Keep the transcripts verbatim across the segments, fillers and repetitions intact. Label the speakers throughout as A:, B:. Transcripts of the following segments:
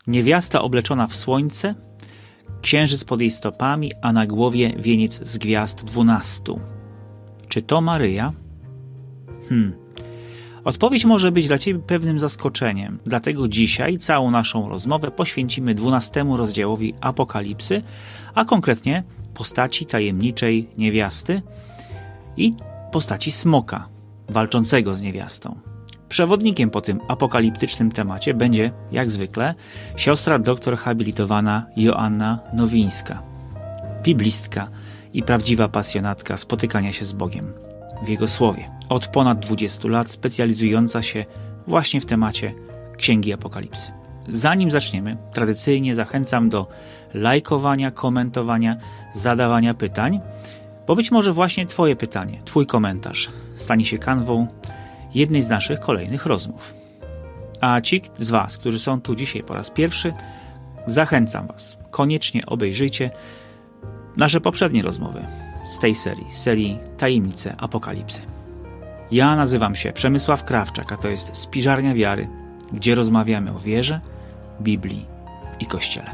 A: Niewiasta obleczona w słońce, księżyc pod jej stopami, a na głowie wieniec z gwiazd dwunastu. Czy to Maryja? Hmm. Odpowiedź może być dla Ciebie pewnym zaskoczeniem, dlatego dzisiaj całą naszą rozmowę poświęcimy dwunastemu rozdziałowi Apokalipsy, a konkretnie postaci tajemniczej niewiasty i postaci smoka, walczącego z niewiastą. Przewodnikiem po tym apokaliptycznym temacie będzie, jak zwykle, siostra doktor habilitowana Joanna Nowińska, biblistka i prawdziwa pasjonatka spotykania się z Bogiem w Jego Słowie. Od ponad dwudziestu lat specjalizująca się właśnie w temacie Księgi Apokalipsy. Zanim zaczniemy, tradycyjnie zachęcam do lajkowania, komentowania, zadawania pytań, bo być może właśnie Twoje pytanie, Twój komentarz stanie się kanwą jednej z naszych kolejnych rozmów. A ci z Was, którzy są tu dzisiaj po raz pierwszy, zachęcam Was, koniecznie obejrzyjcie nasze poprzednie rozmowy z tej serii, serii Tajemnice Apokalipsy. Ja nazywam się Przemysław Krawczak, a to jest Spiżarnia Wiary, gdzie rozmawiamy o wierze, Biblii i Kościele.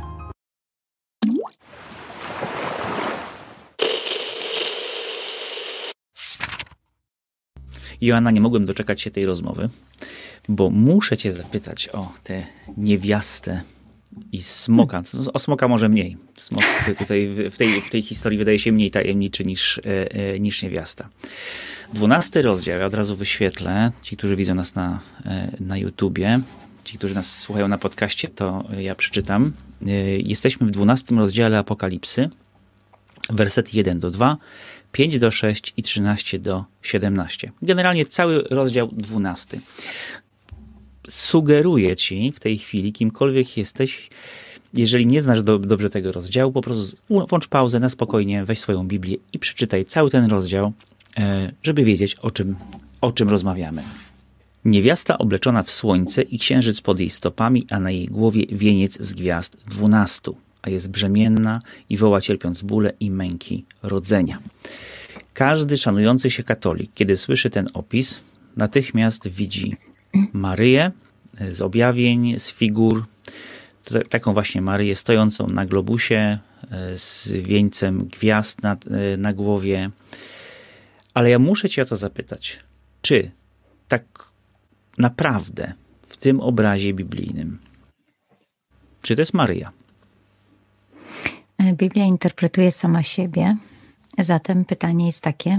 A: Joanna, nie mogłem doczekać się tej rozmowy, bo muszę Cię zapytać o tę niewiastę i smoka. O smoka może mniej. Smok tutaj w tej, w tej historii wydaje się mniej tajemniczy niż, niż niewiasta. Dwunasty rozdział, ja od razu wyświetlę. Ci, którzy widzą nas na, na YouTubie, ci, którzy nas słuchają na podcaście, to ja przeczytam. Jesteśmy w dwunastym rozdziale Apokalipsy, wersety jeden do dwóch, pięć do sześciu i trzynaście do siedemnastu. Generalnie cały rozdział dwunasty. Sugeruję Ci w tej chwili, kimkolwiek jesteś, jeżeli nie znasz do, dobrze tego rozdziału, po prostu włącz pauzę na spokojnie, weź swoją Biblię i przeczytaj cały ten rozdział, żeby wiedzieć, o czym, o czym rozmawiamy. Niewiasta obleczona w słońce i księżyc pod jej stopami, a na jej głowie wieniec z gwiazd dwunastu, a jest brzemienna i woła cierpiąc bóle i męki rodzenia. Każdy szanujący się katolik, kiedy słyszy ten opis, natychmiast widzi Maryję z objawień, z figur, taką właśnie Maryję stojącą na globusie z wieńcem gwiazd na, na głowie. Ale ja muszę Cię o to zapytać, czy tak naprawdę w tym obrazie biblijnym, czy to jest Maryja?
B: Biblia interpretuje sama siebie, zatem pytanie jest takie,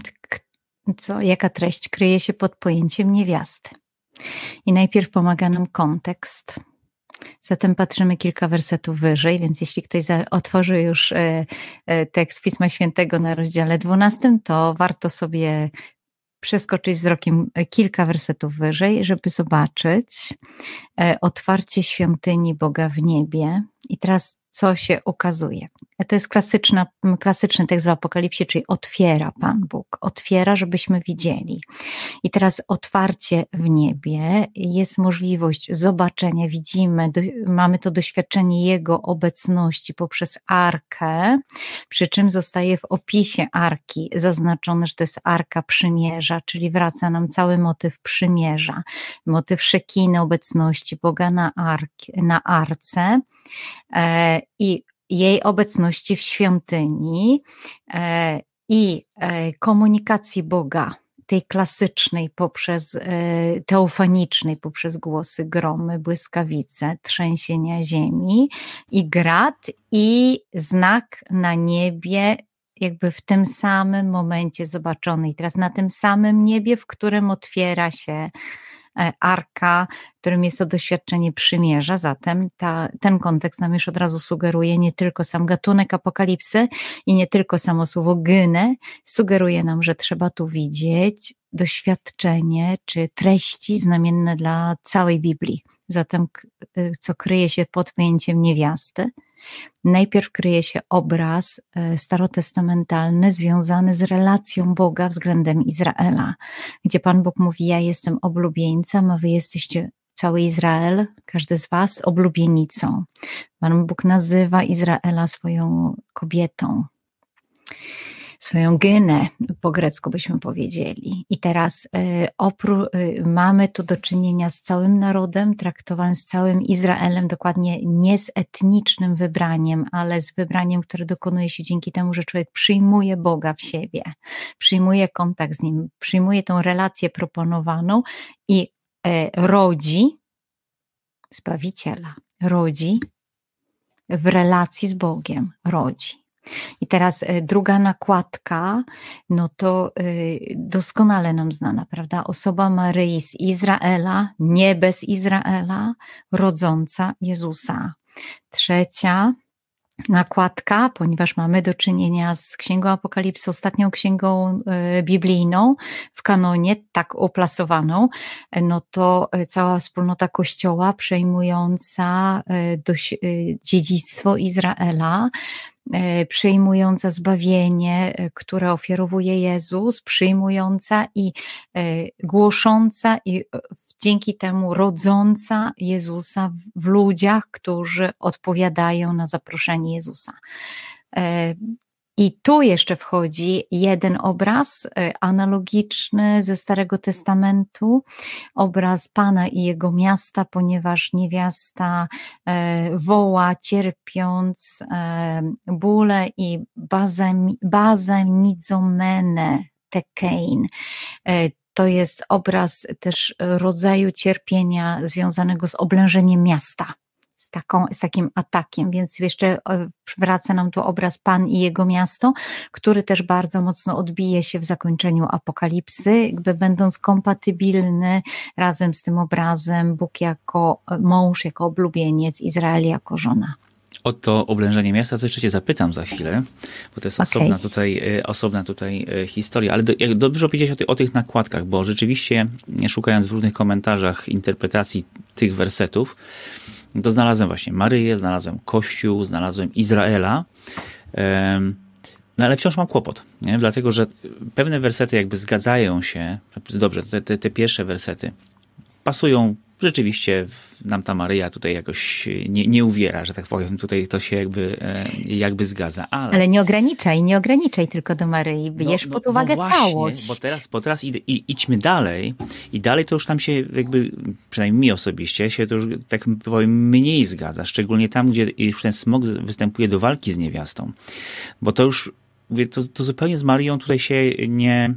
B: co, jaka treść kryje się pod pojęciem niewiasty? I najpierw pomaga nam kontekst. Zatem patrzymy kilka wersetów wyżej, więc jeśli ktoś otworzy już tekst Pisma Świętego na rozdziale dwunastym, to warto sobie przeskoczyć wzrokiem kilka wersetów wyżej, żeby zobaczyć otwarcie świątyni Boga w niebie. I teraz co się ukazuje? To jest klasyczna, klasyczny tekst w Apokalipsie, czyli otwiera Pan Bóg. Otwiera, żebyśmy widzieli. I teraz otwarcie w niebie jest możliwość zobaczenia, widzimy, do, mamy to doświadczenie Jego obecności poprzez arkę, przy czym zostaje w opisie arki zaznaczone, że to jest arka przymierza, czyli wraca nam cały motyw przymierza, motyw szekiny obecności Boga na, ark, na arce e, i jej obecności w świątyni e, i e, komunikacji Boga, tej klasycznej poprzez, e, teofanicznej poprzez głosy, gromy, błyskawice, trzęsienia ziemi i grad i znak na niebie jakby w tym samym momencie zobaczony. I teraz na tym samym niebie, w którym otwiera się arka, którym jest to doświadczenie przymierza, zatem ta, ten kontekst nam już od razu sugeruje nie tylko sam gatunek apokalipsy i nie tylko samo słowo gynę, sugeruje nam, że trzeba tu widzieć doświadczenie czy treści znamienne dla całej Biblii. Zatem co kryje się pod pojęciem niewiasty? Najpierw kryje się obraz starotestamentalny związany z relacją Boga względem Izraela, gdzie Pan Bóg mówi: ja jestem oblubieńcem, a wy jesteście, cały Izrael, każdy z was, oblubienicą. Pan Bóg nazywa Izraela swoją kobietą. swoją gynę, po grecku byśmy powiedzieli. I teraz y, opró, y, mamy tu do czynienia z całym narodem, traktowanym z całym Izraelem, dokładnie nie z etnicznym wybraniem, ale z wybraniem, które dokonuje się dzięki temu, że człowiek przyjmuje Boga w siebie, przyjmuje kontakt z Nim, przyjmuje tą relację proponowaną i y, rodzi Zbawiciela, rodzi w relacji z Bogiem, rodzi. I teraz druga nakładka, no to doskonale nam znana, prawda? Osoba Maryi z Izraela, nie bez Izraela, rodząca Jezusa. Trzecia nakładka, ponieważ mamy do czynienia z Księgą Apokalipsy, ostatnią księgą biblijną w kanonie, tak oplasowaną, no to cała wspólnota Kościoła przejmująca dziedzictwo Izraela, przyjmująca zbawienie, które ofiarowuje Jezus, przyjmująca i głosząca i dzięki temu rodząca Jezusa w ludziach, którzy odpowiadają na zaproszenie Jezusa. I tu jeszcze wchodzi jeden obraz analogiczny ze Starego Testamentu, obraz Pana i Jego miasta, ponieważ niewiasta woła cierpiąc bóle i bazanizomenę tekein. To jest obraz też rodzaju cierpienia związanego z oblężeniem miasta. Z, taką, z takim atakiem, więc jeszcze wraca nam tu obraz Pan i Jego miasto, który też bardzo mocno odbije się w zakończeniu Apokalipsy, jakby będąc kompatybilny razem z tym obrazem Bóg jako mąż, jako oblubieniec, Izrael jako żona.
A: O to oblężenie miasta to jeszcze cię zapytam za chwilę, bo to jest okay. osobna tutaj, osobna tutaj historia, ale do, jak dobrze opowiedzieć o, ty, o tych nakładkach, bo rzeczywiście szukając w różnych komentarzach interpretacji tych wersetów, to znalazłem właśnie Maryję, znalazłem Kościół, znalazłem Izraela, no ale wciąż mam kłopot, nie? Dlatego że pewne wersety jakby zgadzają się, dobrze, te, te, te pierwsze wersety pasują, rzeczywiście nam ta Maryja tutaj jakoś nie, nie uwiera, że tak powiem, tutaj to się jakby, jakby zgadza. Ale,
B: ale nie ograniczaj, nie ograniczaj tylko do Maryi, bierz no, pod uwagę
A: no właśnie,
B: całość.
A: Bo teraz, bo teraz id, id, idźmy dalej i dalej to już tam się jakby, przynajmniej mi osobiście, się to już tak powiem mniej zgadza, szczególnie tam, gdzie już ten smok występuje do walki z niewiastą, bo to już, mówię, to, to zupełnie z Maryją tutaj się nie,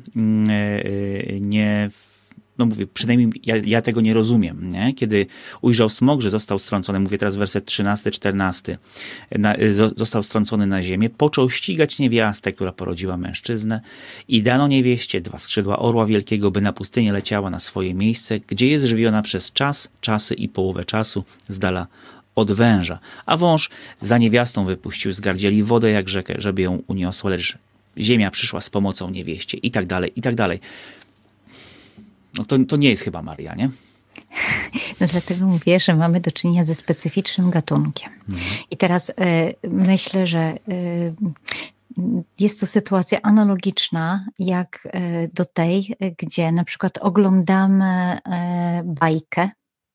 A: nie no mówię, przynajmniej ja, ja tego nie rozumiem, nie? Kiedy ujrzał smok, że został strącony, mówię teraz werset trzynasty, czternasty, na, został strącony na ziemię, począł ścigać niewiastę, która porodziła mężczyznę i dano niewieście dwa skrzydła orła wielkiego, by na pustynię leciała na swoje miejsce, gdzie jest żywiona przez czas, czasy i połowę czasu z dala od węża. A wąż za niewiastą wypuścił z gardzieli wodę jak rzekę, żeby ją uniosła, lecz ziemia przyszła z pomocą niewieście i tak dalej, i tak dalej. No to, to nie jest chyba Maria, nie?
B: No dlatego mówię, że mamy do czynienia ze specyficznym gatunkiem. Mhm. I teraz y, myślę, że y, jest to sytuacja analogiczna jak y, do tej, gdzie na przykład oglądamy y, bajkę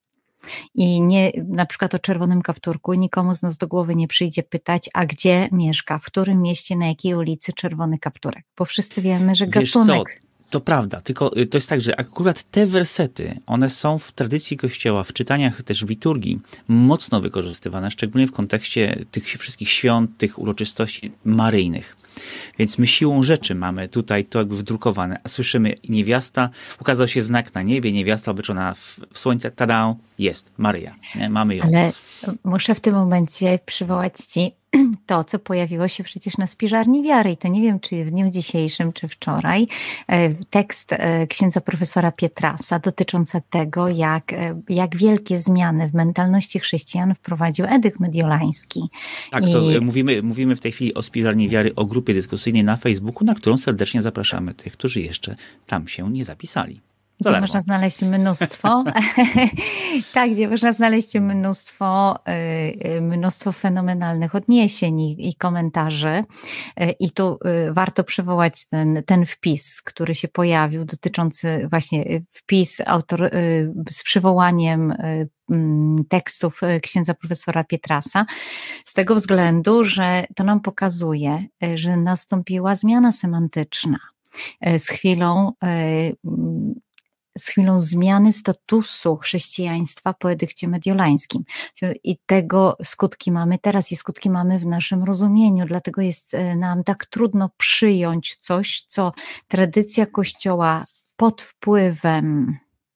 B: i nie, na przykład o czerwonym kapturku, nikomu z nas do głowy nie przyjdzie pytać, a gdzie mieszka, w którym mieście, na jakiej ulicy czerwony kapturek, bo wszyscy wiemy, że
A: Wiesz
B: gatunek...
A: Co? To prawda, tylko to jest tak, że akurat te wersety, one są w tradycji Kościoła, w czytaniach też w liturgii mocno wykorzystywane, szczególnie w kontekście tych wszystkich świąt, tych uroczystości maryjnych. Więc my siłą rzeczy mamy tutaj to jakby wdrukowane, a słyszymy niewiasta, ukazał się znak na niebie, niewiasta obleczona w, w słońce, tada, jest Maryja, nie? Mamy ją.
B: Ale muszę w tym momencie przywołać ci to, co pojawiło się przecież na Spiżarni Wiary i to nie wiem, czy w dniu dzisiejszym, czy wczoraj, tekst księdza profesora Pietrasa dotyczący tego, jak, jak wielkie zmiany w mentalności chrześcijan wprowadził Edyk Mediolański.
A: Tak, I... to mówimy, mówimy w tej chwili o Spiżarni Wiary, o grupie dyskusyjnej na Facebooku, na którą serdecznie zapraszamy tych, którzy jeszcze tam się nie zapisali.
B: Gdzie można znaleźć mnóstwo, tak, gdzie można znaleźć mnóstwo, mnóstwo fenomenalnych odniesień i, i komentarzy. I tu warto przywołać ten, ten wpis, który się pojawił, dotyczący właśnie wpis autor, z przywołaniem tekstów księdza profesora Pietrasa, z tego względu, że to nam pokazuje, że nastąpiła zmiana semantyczna z chwilą z chwilą zmiany statusu chrześcijaństwa po edykcie mediolańskim. I tego skutki mamy teraz i skutki mamy w naszym rozumieniu. Dlatego jest nam tak trudno przyjąć coś, co tradycja Kościoła pod wpływem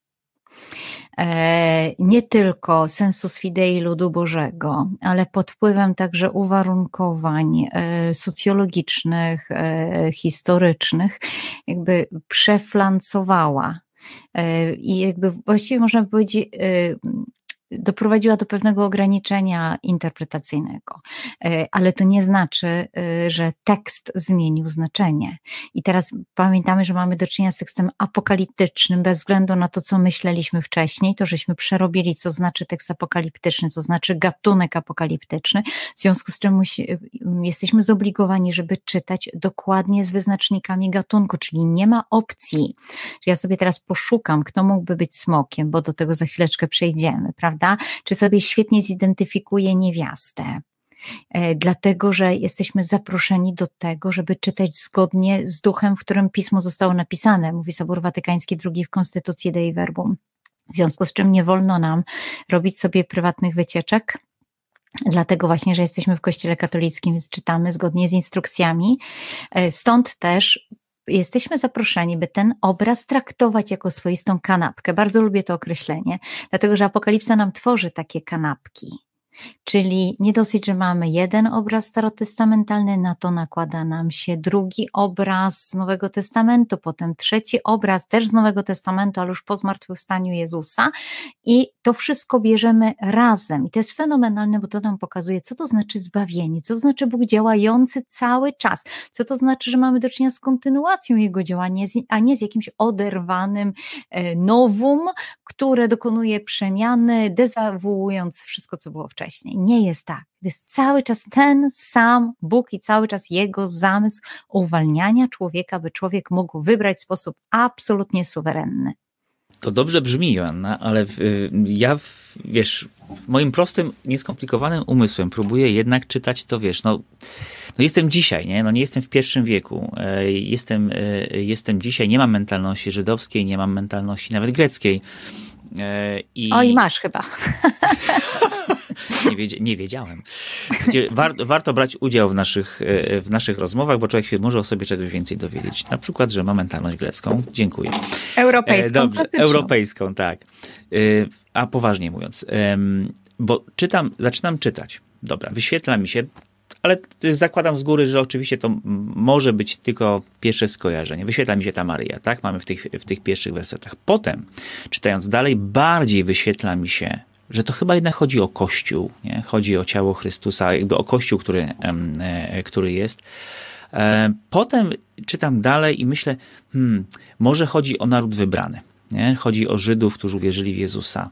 B: nie tylko sensus fidei ludu Bożego, ale pod wpływem także uwarunkowań socjologicznych, historycznych, jakby przeflancowała. I jakby właściwie można powiedzieć, doprowadziła do pewnego ograniczenia interpretacyjnego, ale to nie znaczy, że tekst zmienił znaczenie. I teraz pamiętamy, że mamy do czynienia z tekstem apokaliptycznym, bez względu na to, co myśleliśmy wcześniej, to żeśmy przerobili, co znaczy tekst apokaliptyczny, co znaczy gatunek apokaliptyczny, w związku z czym musi, jesteśmy zobligowani, żeby czytać dokładnie z wyznacznikami gatunku, czyli nie ma opcji, że ja sobie teraz poszukam, kto mógłby być smokiem, bo do tego za chwileczkę przejdziemy, prawda? Czy sobie świetnie zidentyfikuje niewiastę. Dlatego, że jesteśmy zaproszeni do tego, żeby czytać zgodnie z duchem, w którym pismo zostało napisane, mówi Sobór Watykański drugi w Konstytucji Dei Verbum. W związku z czym nie wolno nam robić sobie prywatnych wycieczek, dlatego właśnie, że jesteśmy w Kościele katolickim, więc czytamy zgodnie z instrukcjami. Stąd też jesteśmy zaproszeni, by ten obraz traktować jako swoistą kanapkę. Bardzo lubię to określenie, dlatego że Apokalipsa nam tworzy takie kanapki. Czyli nie dosyć, że mamy jeden obraz starotestamentalny, na to nakłada nam się drugi obraz z Nowego Testamentu, potem trzeci obraz też z Nowego Testamentu, ale już po zmartwychwstaniu Jezusa i to wszystko bierzemy razem i to jest fenomenalne, bo to nam pokazuje, co to znaczy zbawienie, co to znaczy Bóg działający cały czas, co to znaczy, że mamy do czynienia z kontynuacją Jego działania, a nie z jakimś oderwanym nowum, które dokonuje przemiany, dezawuując wszystko, co było wcześniej. Nie jest tak. To jest cały czas ten sam Bóg i cały czas Jego zamysł uwalniania człowieka, by człowiek mógł wybrać w sposób absolutnie suwerenny.
A: To dobrze brzmi, Joanna, ale ja, wiesz, moim prostym, nieskomplikowanym umysłem próbuję jednak czytać to, wiesz, no, no jestem dzisiaj, nie? No nie jestem w pierwszym wieku. Jestem, jestem dzisiaj, nie mam mentalności żydowskiej, nie mam mentalności nawet greckiej. I...
B: O, i masz chyba.
A: Nie, wiedzia- nie wiedziałem. Gdzie war- warto brać udział w naszych, w naszych rozmowach, bo człowiek się może o sobie czegoś więcej dowiedzieć. Na przykład, że ma mentalność grecką. Dziękuję.
B: Europejską.
A: Dobrze, europejską, tak. A poważnie mówiąc, bo czytam, zaczynam czytać. Dobra, wyświetla mi się, ale zakładam z góry, że oczywiście to może być tylko pierwsze skojarzenie. Wyświetla mi się ta Maryja, tak? Mamy w tych, w tych pierwszych wersetach. Potem, czytając dalej, bardziej wyświetla mi się, że to chyba jednak chodzi o Kościół, nie? Chodzi o ciało Chrystusa, jakby o Kościół, który, e, który jest. E, potem czytam dalej i myślę, hmm, może chodzi o naród wybrany, nie? Chodzi o Żydów, którzy uwierzyli w Jezusa.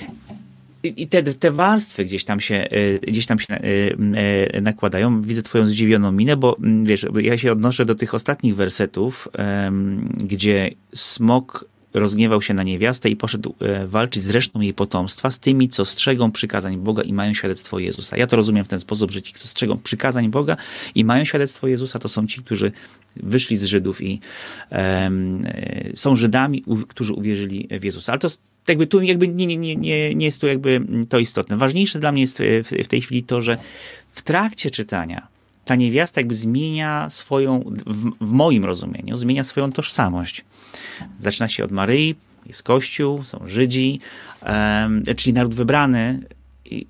A: I te, te warstwy gdzieś tam się, gdzieś tam się nakładają. Widzę twoją zdziwioną minę, bo wiesz, ja się odnoszę do tych ostatnich wersetów, gdzie smok rozgniewał się na niewiastę i poszedł walczyć z resztą jej potomstwa, z tymi, co strzegą przykazań Boga i mają świadectwo Jezusa. Ja to rozumiem w ten sposób, że ci, co strzegą przykazań Boga i mają świadectwo Jezusa, to są ci, którzy wyszli z Żydów i um, są Żydami, u, którzy uwierzyli w Jezusa. Ale to jakby tu jakby nie, nie, nie, nie jest to jakby to istotne. Ważniejsze dla mnie jest w, w tej chwili to, że w trakcie czytania ta niewiasta jakby zmienia swoją, w, w moim rozumieniu, zmienia swoją tożsamość. Zaczyna się od Maryi, jest Kościół, są Żydzi, um, czyli naród wybrany. I,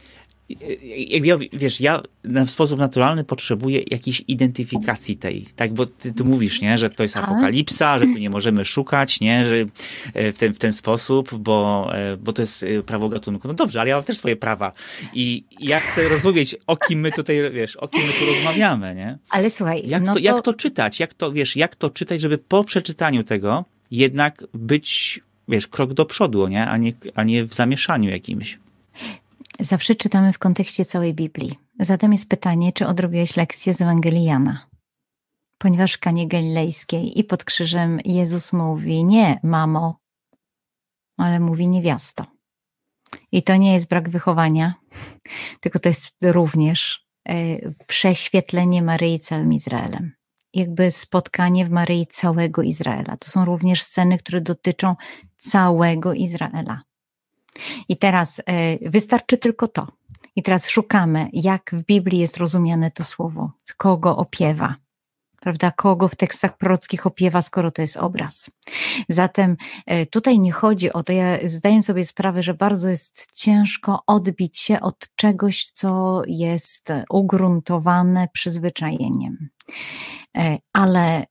A: jakby ja, wiesz, ja w sposób naturalny potrzebuję jakiejś identyfikacji tej, tak, bo ty, ty mówisz, nie, że to jest apokalipsa, że tu nie możemy szukać, nie, że w ten, w ten sposób, bo, bo to jest prawo gatunku. No dobrze, ale ja mam też swoje prawa i ja chcę rozumieć, o kim my tutaj, wiesz, o kim my tu rozmawiamy, nie?
B: Ale słuchaj,
A: jak,
B: no
A: to,
B: to...
A: jak to czytać, jak to, wiesz, jak to czytać, żeby po przeczytaniu tego jednak być, wiesz, krok do przodu, nie, a nie, a nie w zamieszaniu jakimś.
B: Zawsze czytamy w kontekście całej Biblii. Zatem jest pytanie, czy odrobiłeś lekcję z Ewangelii Jana? Ponieważ w Kanie Galilejskiej i pod krzyżem Jezus mówi nie mamo, ale mówi niewiasto. I to nie jest brak wychowania, tylko to jest również prześwietlenie Maryi całym Izraelem. Jakby spotkanie w Maryi całego Izraela. To są również sceny, które dotyczą całego Izraela. I teraz wystarczy tylko to. I teraz szukamy, jak w Biblii jest rozumiane to słowo, kogo opiewa. Prawda? Kogo w tekstach prorockich opiewa, skoro to jest obraz. Zatem tutaj nie chodzi o to, ja zdaję sobie sprawę, że bardzo jest ciężko odbić się od czegoś, co jest ugruntowane przyzwyczajeniem. Ale,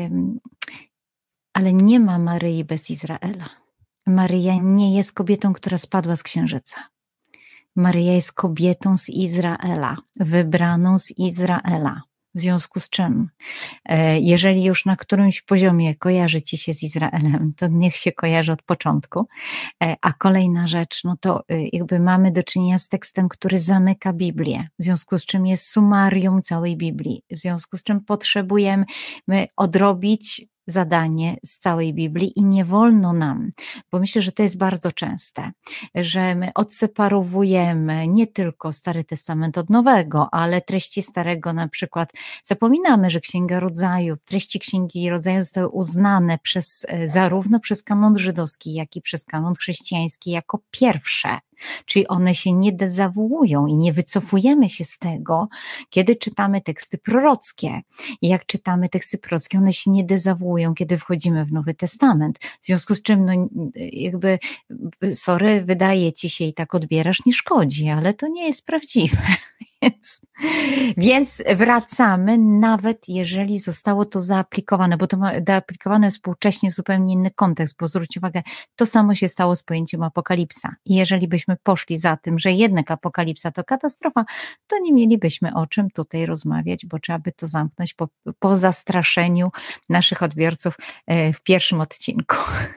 B: ale nie ma Maryi bez Izraela. Maryja nie jest kobietą, która spadła z księżyca. Maryja jest kobietą z Izraela, wybraną z Izraela. W związku z czym, jeżeli już na którymś poziomie kojarzy ci się z Izraelem, to niech się kojarzy od początku. A kolejna rzecz, no to jakby mamy do czynienia z tekstem, który zamyka Biblię, w związku z czym jest sumarium całej Biblii, w związku z czym potrzebujemy odrobić zadanie z całej Biblii i nie wolno nam, bo myślę, że to jest bardzo częste, że my odseparowujemy nie tylko Stary Testament od Nowego, ale treści Starego na przykład zapominamy, że Księga Rodzaju, treści Księgi Rodzaju zostały uznane przez, zarówno przez kanon żydowski, jak i przez kanon chrześcijański jako pierwsze. Czyli one się nie dezawuują i nie wycofujemy się z tego, kiedy czytamy teksty prorockie. I jak czytamy teksty prorockie, one się nie dezawuują, kiedy wchodzimy w Nowy Testament. W związku z czym, no jakby, sorry, wydaje ci się i tak odbierasz, nie szkodzi, ale to nie jest prawdziwe. Więc, więc wracamy, nawet jeżeli zostało to zaaplikowane, bo to ma zaaplikowane współcześnie w zupełnie inny kontekst, bo zwróć uwagę, to samo się stało z pojęciem apokalipsa. I jeżeli byśmy poszli za tym, że jednak apokalipsa to katastrofa, to nie mielibyśmy o czym tutaj rozmawiać, bo trzeba by to zamknąć po, po zastraszeniu naszych odbiorców w pierwszym odcinku.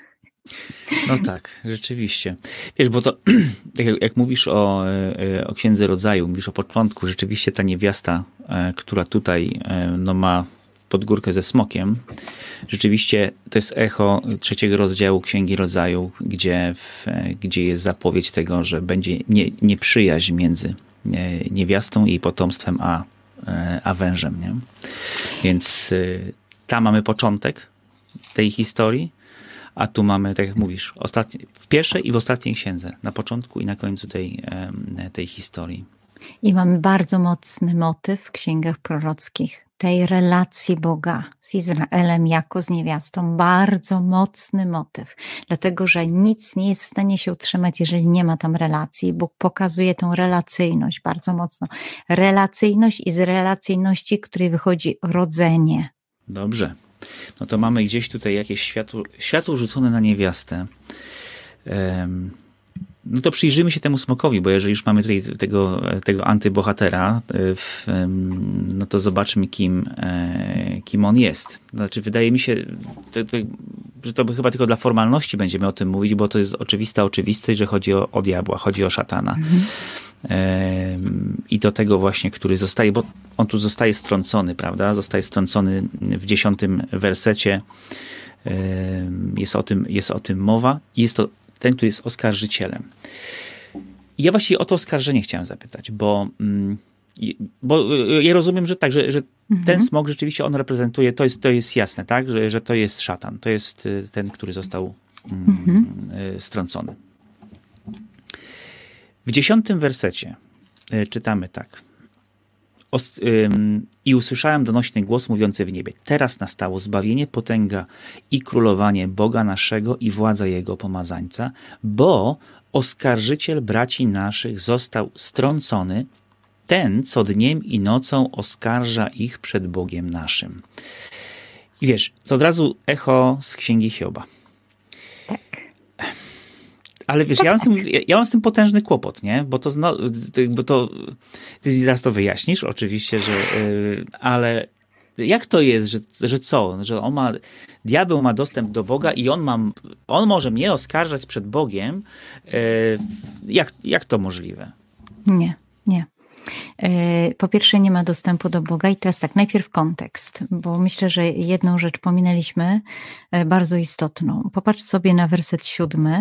A: No tak, rzeczywiście. Wiesz, bo to jak, jak mówisz o, o Księdze Rodzaju, mówisz o początku, rzeczywiście ta niewiasta, która tutaj no, ma podgórkę ze smokiem, rzeczywiście to jest echo trzeciego rozdziału Księgi Rodzaju, gdzie, w, gdzie jest zapowiedź tego, że będzie nie, nieprzyjaźń między niewiastą i jej potomstwem, a, a wężem. Nie? Więc tam mamy początek tej historii, a tu mamy, tak jak mówisz, ostatnie, w pierwszej i w ostatniej księdze, na początku i na końcu tej, tej historii.
B: I mamy bardzo mocny motyw w księgach prorockich, tej relacji Boga z Izraelem jako z niewiastą. Bardzo mocny motyw, dlatego że nic nie jest w stanie się utrzymać, jeżeli nie ma tam relacji. Bóg pokazuje tą relacyjność bardzo mocno. Relacyjność i z relacyjności, której wychodzi rodzenie.
A: Dobrze. No to mamy gdzieś tutaj jakieś światło, światło rzucone na niewiastę. Um, no to przyjrzyjmy się temu smokowi, bo jeżeli już mamy tutaj tego, tego antybohatera, w, no to zobaczmy, kim, kim on jest. Znaczy, wydaje mi się, to, to, że to chyba tylko dla formalności będziemy o tym mówić, bo to jest oczywista oczywistość, że chodzi o, o diabła, chodzi o szatana. Mhm. I do tego właśnie, który zostaje, bo on tu zostaje strącony, prawda? Zostaje strącony w dziesiątym wersecie. Jest o tym, jest o tym mowa. Jest to ten, który jest oskarżycielem. I ja właściwie o to oskarżenie chciałem zapytać, bo, bo ja rozumiem, że tak, że, że mhm. ten smok rzeczywiście on reprezentuje, to jest, to jest jasne, tak? Że, że to jest szatan. To jest ten, który został mhm. strącony. W dziesiątym wersecie czytamy tak. I usłyszałem donośny głos mówiący w niebie. Teraz nastało zbawienie, potęga i królowanie Boga naszego i władza Jego pomazańca, bo oskarżyciel braci naszych został strącony, ten, co dniem i nocą oskarża ich przed Bogiem naszym. I wiesz, to od razu echo z Księgi Hioba.
B: Tak.
A: Ale wiesz, ja mam, z tym, ja mam z tym potężny kłopot, nie? Bo to, zno, bo to ty zaraz to wyjaśnisz, oczywiście, że, ale jak to jest, że, że co? Że on ma, diabeł ma dostęp do Boga i on, ma, on może mnie oskarżać przed Bogiem? Jak, jak to możliwe?
B: Nie, nie. Po pierwsze, nie ma dostępu do Boga i teraz tak, najpierw kontekst, bo myślę, że jedną rzecz pominęliśmy bardzo istotną. Popatrz sobie na werset siódmy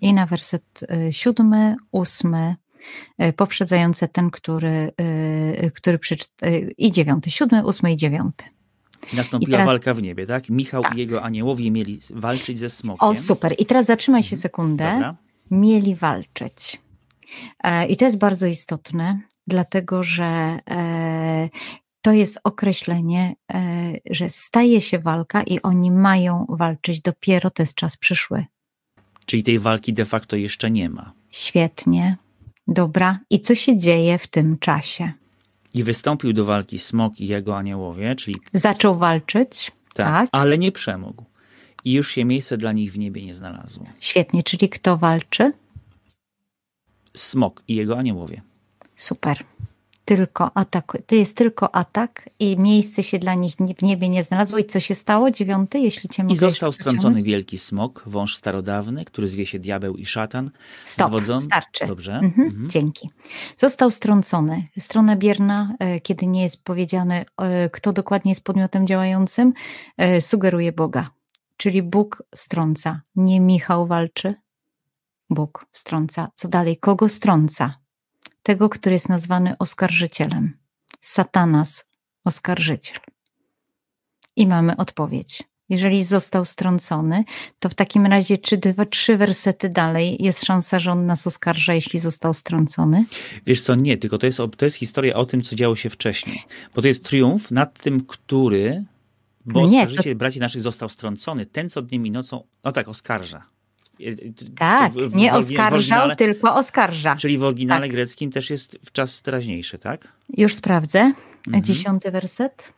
B: I na werset siódmy, ósmy, poprzedzające ten, który, który przeczyta, i dziewiąty, siódmy, ósmy i dziewiąty.
A: Nastąpiła I teraz... walka w niebie, tak? Michał tak. i jego aniołowie mieli walczyć ze smokiem.
B: O, super. I teraz zatrzymaj się sekundę.
A: Dobra.
B: Mieli walczyć. I to jest bardzo istotne, dlatego że to jest określenie, że staje się walka i oni mają walczyć dopiero, to jest czas przyszły.
A: Czyli tej walki de facto jeszcze nie ma.
B: Świetnie. Dobra. I co się dzieje w tym czasie?
A: I wystąpił do walki smok i jego aniołowie, czyli...
B: Zaczął walczyć.
A: Tak,
B: tak.
A: Ale nie przemógł. I już się miejsce dla nich w niebie nie znalazło.
B: Świetnie. Czyli kto walczy?
A: Smok i jego aniołowie.
B: Super. Tylko atak. To jest tylko atak i miejsce się dla nich w niebie nie znalazło. I co się stało? Dziewiąty, jeśli cię mogę
A: I został strącony wielki smok, wąż starodawny, który zwie się diabeł i szatan.
B: Stop,
A: zwodzon...
B: starczy.
A: Dobrze.
B: Mhm,
A: mhm.
B: Dzięki. Został strącony. Strona bierna, kiedy nie jest powiedziane, kto dokładnie jest podmiotem działającym, sugeruje Boga. Czyli Bóg strąca. Nie Michał walczy. Bóg strąca. Co dalej? Kogo strąca? Tego, który jest nazwany oskarżycielem. Satanas, oskarżyciel. I mamy odpowiedź. Jeżeli został strącony, to w takim razie czy dwa, trzy wersety dalej jest szansa, że on nas oskarża, jeśli został strącony?
A: Wiesz co, nie, tylko to jest, to jest historia o tym, co działo się wcześniej. Bo to jest triumf nad tym, który, bo
B: no nie,
A: oskarżyciel
B: to...
A: braci naszych został strącony, ten, co dniem i nocą, no tak, oskarża.
B: Tak, w, w, nie w, oskarżał, w tylko oskarża.
A: Czyli w oryginale
B: tak.
A: greckim też jest w czas teraźniejszy, tak?
B: Już sprawdzę. Mhm. Dziesiąty werset.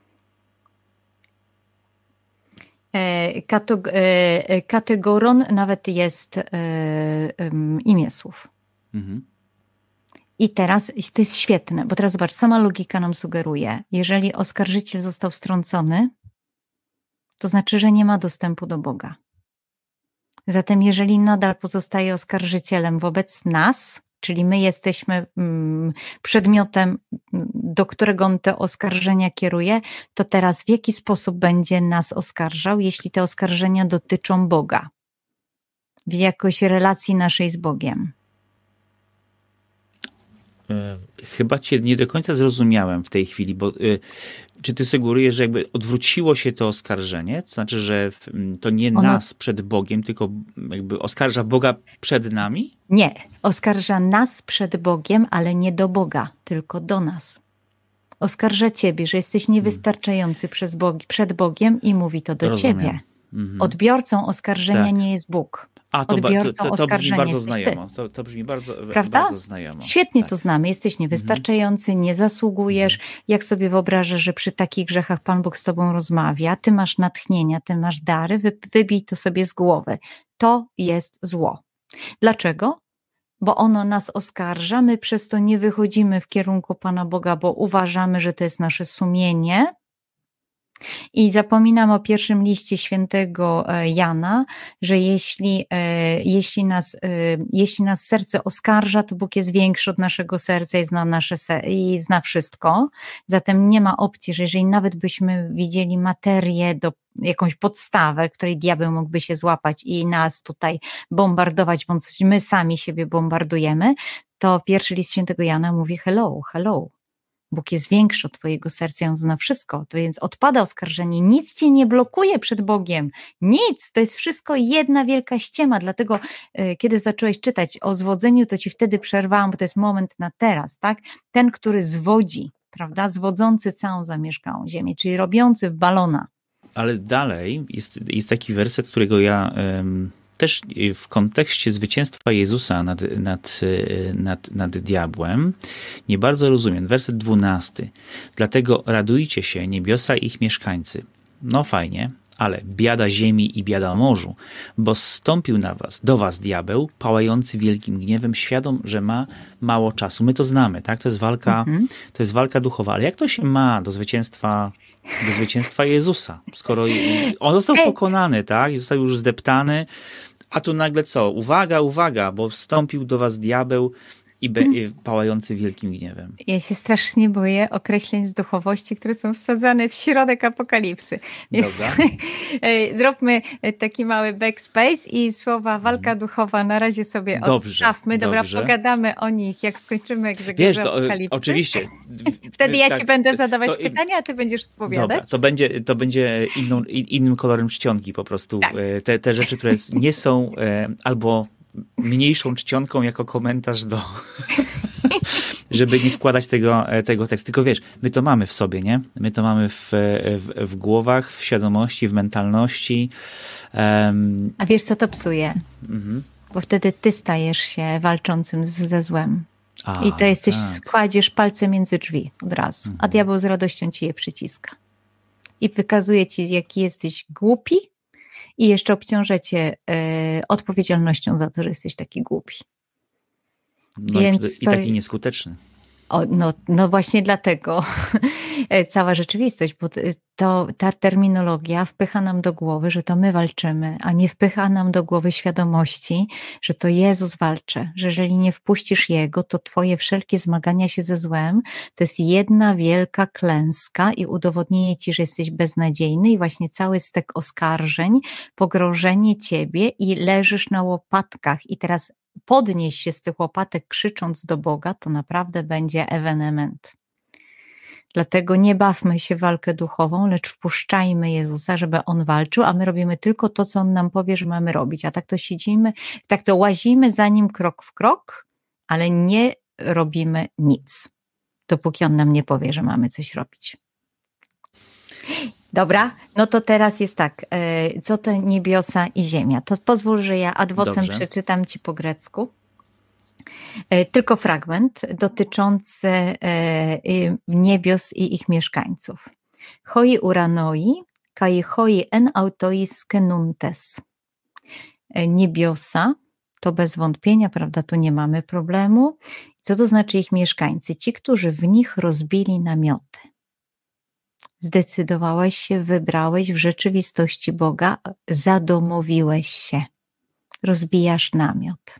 B: Kateg- kategoron nawet jest imię słów. Mhm. I teraz, to jest świetne, bo teraz zobacz, sama logika nam sugeruje, jeżeli oskarżyciel został strącony, to znaczy, że nie ma dostępu do Boga. Zatem jeżeli nadal pozostaje oskarżycielem wobec nas, czyli my jesteśmy mm, przedmiotem, do którego on te oskarżenia kieruje, to teraz w jaki sposób będzie nas oskarżał, jeśli te oskarżenia dotyczą Boga? W jakoś relacji naszej z Bogiem.
A: Chyba cię nie do końca zrozumiałem w tej chwili, bo y, czy ty sugerujesz, że jakby odwróciło się to oskarżenie? To znaczy, że to nie ono... nas przed Bogiem, tylko jakby oskarża Boga przed nami?
B: Nie, oskarża nas przed Bogiem, ale nie do Boga, tylko do nas. Oskarża ciebie, że jesteś niewystarczający hmm. przez Bogi, przed Bogiem i mówi to do Rozumiem. ciebie. Mhm. Odbiorcą oskarżenia tak. nie jest Bóg.
A: A, to, to, to, to brzmi bardzo znajomo. To, to brzmi bardzo, bardzo znajomo.
B: Świetnie
A: tak.
B: to znamy. Jesteś niewystarczający, mhm. nie zasługujesz. Jak sobie wyobrażasz, że przy takich grzechach Pan Bóg z tobą rozmawia, ty masz natchnienia, ty masz dary, wy, wybij to sobie z głowy. To jest zło. Dlaczego? Bo ono nas oskarża, my przez to nie wychodzimy w kierunku Pana Boga, bo uważamy, że to jest nasze sumienie. I zapominam o pierwszym liście świętego Jana, że jeśli, jeśli, nas, jeśli nas serce oskarża, to Bóg jest większy od naszego serca i zna, nasze ser- i zna wszystko. Zatem nie ma opcji, że jeżeli nawet byśmy widzieli materię, do jakąś podstawę, której diabeł mógłby się złapać i nas tutaj bombardować, bądź my sami siebie bombardujemy, to pierwszy list świętego Jana mówi hello, hello. Bóg jest większy od twojego serca, on zna wszystko, to więc odpada oskarżenie, nic cię nie blokuje przed Bogiem, nic, to jest wszystko jedna wielka ściema, dlatego y, kiedy zacząłeś czytać o zwodzeniu, to ci wtedy przerwałam, bo to jest moment na teraz, tak? Ten, który zwodzi, prawda, zwodzący całą zamieszkałą ziemię, czyli robiący w balona.
A: Ale dalej jest, jest taki werset, którego ja... Um... też w kontekście zwycięstwa Jezusa nad, nad, nad, nad diabłem nie bardzo rozumiem. Werset dwunasty. Dlatego radujcie się, niebiosa i ich mieszkańcy. No fajnie, ale biada ziemi i biada morzu, bo zstąpił na was, do was diabeł, pałający wielkim gniewem, świadom, że ma mało czasu. My to znamy, tak? To jest walka, mhm. to jest walka duchowa. Ale jak to się ma do zwycięstwa do zwycięstwa Jezusa? Skoro on został pokonany, tak? I został już zdeptany, a tu nagle co? Uwaga, uwaga, bo wstąpił do was diabeł I, be, i pałający wielkim gniewem.
B: Ja się strasznie boję określeń z duchowości, które są wsadzane w środek apokalipsy. Więc zróbmy taki mały backspace i słowa walka duchowa na razie sobie
A: dobrze,
B: odstawmy. Dobra,
A: dobrze.
B: pogadamy o nich, jak skończymy egzegezę apokalipsy.
A: Oczywiście.
B: Wtedy ja
A: tak,
B: ci będę zadawać
A: to,
B: pytania, a ty będziesz odpowiadać.
A: Dobra, to będzie, to będzie inną, innym kolorem czcionki po prostu.
B: Tak.
A: Te, te rzeczy, które nie są albo mniejszą czcionką jako komentarz do... żeby nie wkładać tego, tego tekstu. Tylko wiesz, my to mamy w sobie, nie? My to mamy w, w, w głowach, w świadomości, w mentalności. Um...
B: A wiesz, co to psuje?
A: Mhm.
B: Bo wtedy ty stajesz się walczącym z, ze złem.
A: A,
B: I to jesteś,
A: tak.
B: kładziesz palce między drzwi od razu,
A: Mhm.
B: a diabeł z radością ci je przyciska. I wykazuje ci, jaki jesteś głupi i jeszcze obciąża cię y, odpowiedzialnością za to, że jesteś taki głupi.
A: No
B: Więc
A: i, i
B: to...
A: taki nieskuteczny.
B: O, no, no właśnie dlatego cała rzeczywistość, bo to, ta terminologia wpycha nam do głowy, że to my walczymy, a nie wpycha nam do głowy świadomości, że to Jezus walczy, że jeżeli nie wpuścisz Jego, to twoje wszelkie zmagania się ze złem to jest jedna wielka klęska i udowodnienie ci, że jesteś beznadziejny i właśnie cały stek oskarżeń, pogrążenie ciebie i leżysz na łopatkach i teraz podnieść się z tych łopatek krzycząc do Boga, to naprawdę będzie ewenement. Dlatego nie bawmy się w walkę duchową, lecz wpuszczajmy Jezusa, żeby On walczył, a my robimy tylko to, co On nam powie, że mamy robić. A tak to siedzimy, tak to łazimy za Nim krok w krok, ale nie robimy nic, dopóki On nam nie powie, że mamy coś robić. Dobra, no to teraz jest tak, co to niebiosa i ziemia? To pozwól, że ja ad vocem
A: Dobrze.
B: przeczytam ci po grecku. Tylko fragment dotyczący niebios i ich mieszkańców. Hoi uranoi, kai hoi en autois kenuntes. Niebiosa to bez wątpienia, prawda, tu nie mamy problemu. Co to znaczy ich mieszkańcy? Ci, którzy w nich rozbili namioty. Zdecydowałeś się, wybrałeś w rzeczywistości Boga, zadomowiłeś się, rozbijasz namiot.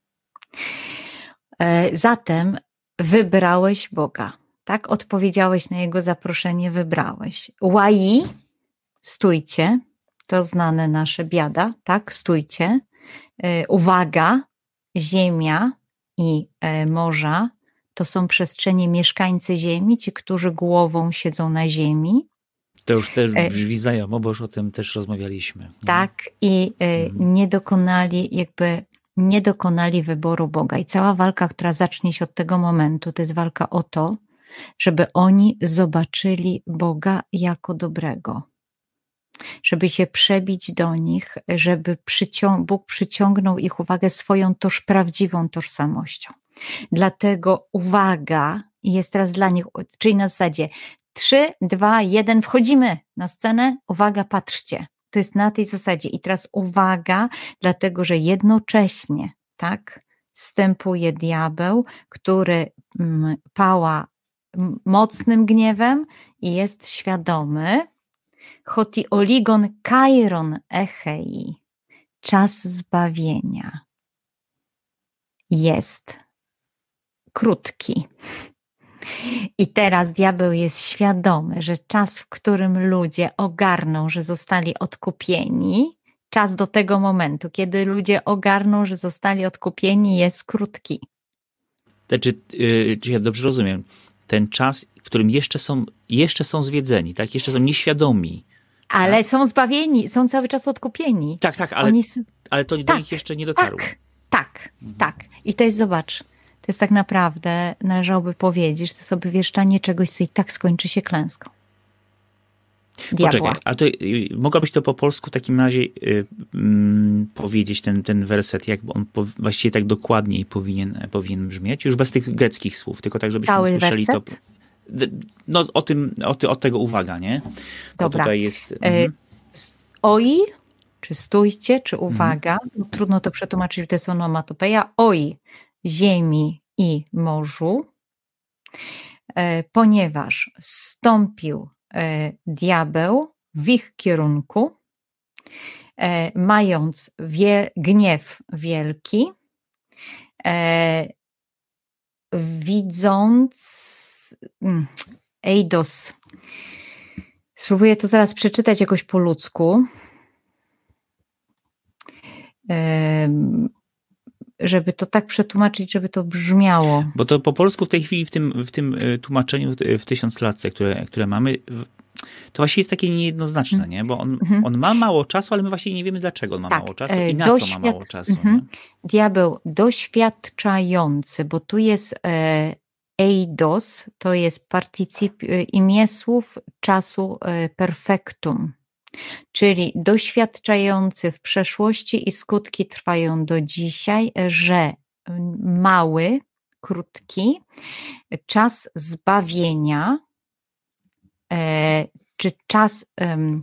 B: Zatem wybrałeś Boga, tak? Odpowiedziałeś na Jego zaproszenie, wybrałeś. Łai, stójcie, to znane nasze biada, tak? Stójcie. Uwaga, ziemia i morza. To są przestrzenie mieszkańcy ziemi, ci, którzy głową siedzą na ziemi.
A: To już też brzmi znajomo, bo już o tym też rozmawialiśmy. Nie?
B: Tak, i mhm. nie dokonali jakby, nie dokonali wyboru Boga. I cała walka, która zacznie się od tego momentu, to jest walka o to, żeby oni zobaczyli Boga jako dobrego. Żeby się przebić do nich, żeby przycią- Bóg przyciągnął ich uwagę swoją toż prawdziwą tożsamością. Dlatego uwaga jest teraz dla nich, czyli na zasadzie trzy, dwa, jeden, wchodzimy na scenę, uwaga, patrzcie. To jest na tej zasadzie. I teraz uwaga, dlatego że jednocześnie, tak, wstępuje diabeł, który mm, pała mocnym gniewem i jest świadomy, hoti oligon kairon echei, czas zbawienia jest krótki. I teraz diabeł jest świadomy, że czas, w którym ludzie ogarną, że zostali odkupieni, czas do tego momentu, kiedy ludzie ogarną, że zostali odkupieni, jest krótki.
A: Czy, yy, czy ja dobrze rozumiem? Ten czas, w którym jeszcze są, jeszcze są zwiedzeni, tak? Jeszcze są nieświadomi.
B: Ale
A: tak?
B: są zbawieni, są cały czas odkupieni.
A: Tak, tak, ale,
B: Oni...
A: ale to do
B: tak,
A: nich jeszcze nie dotarło.
B: Tak, tak, mhm. tak. I to jest, zobacz, to jest tak naprawdę, należałoby powiedzieć, że to jest obwieszczanie czegoś, co i tak skończy się klęską. Diabła.
A: Poczekaj, a to y, mogłabyś to po polsku w takim razie y, y, powiedzieć, ten, ten werset, jak on po, właściwie tak dokładniej powinien, powinien brzmieć, już bez tych greckich słów, tylko tak, żebyśmy
B: Cały
A: usłyszeli
B: werset?
A: to. No o tym, o, ty, o tego uwaga, nie? Bo
B: dobra.
A: Tutaj jest...
B: Mhm. Oi, czy stójcie, czy uwaga, mhm. no, trudno to przetłumaczyć, to jest onomatopeja. Oi, ziemi i morzu, e, ponieważ stąpił e, diabeł w ich kierunku, e, mając wie, gniew wielki, e, widząc eidos. Spróbuję to zaraz przeczytać jakoś po ludzku, żeby to tak przetłumaczyć, żeby to brzmiało.
A: Bo to po polsku w tej chwili w tym, w tym tłumaczeniu w tysiąclatce, które, które mamy, to właściwie jest takie niejednoznaczne, nie? Bo on, mhm. on ma mało czasu, ale my właśnie nie wiemy, dlaczego on ma tak, mało czasu i na doświad... co ma mało czasu. Mhm. Nie?
B: Diabeł doświadczający, bo tu jest e, eidos, to jest partycyp, imię słów czasu e, perfektum, czyli doświadczający w przeszłości i skutki trwają do dzisiaj, że mały, krótki czas zbawienia, e, czy czas um,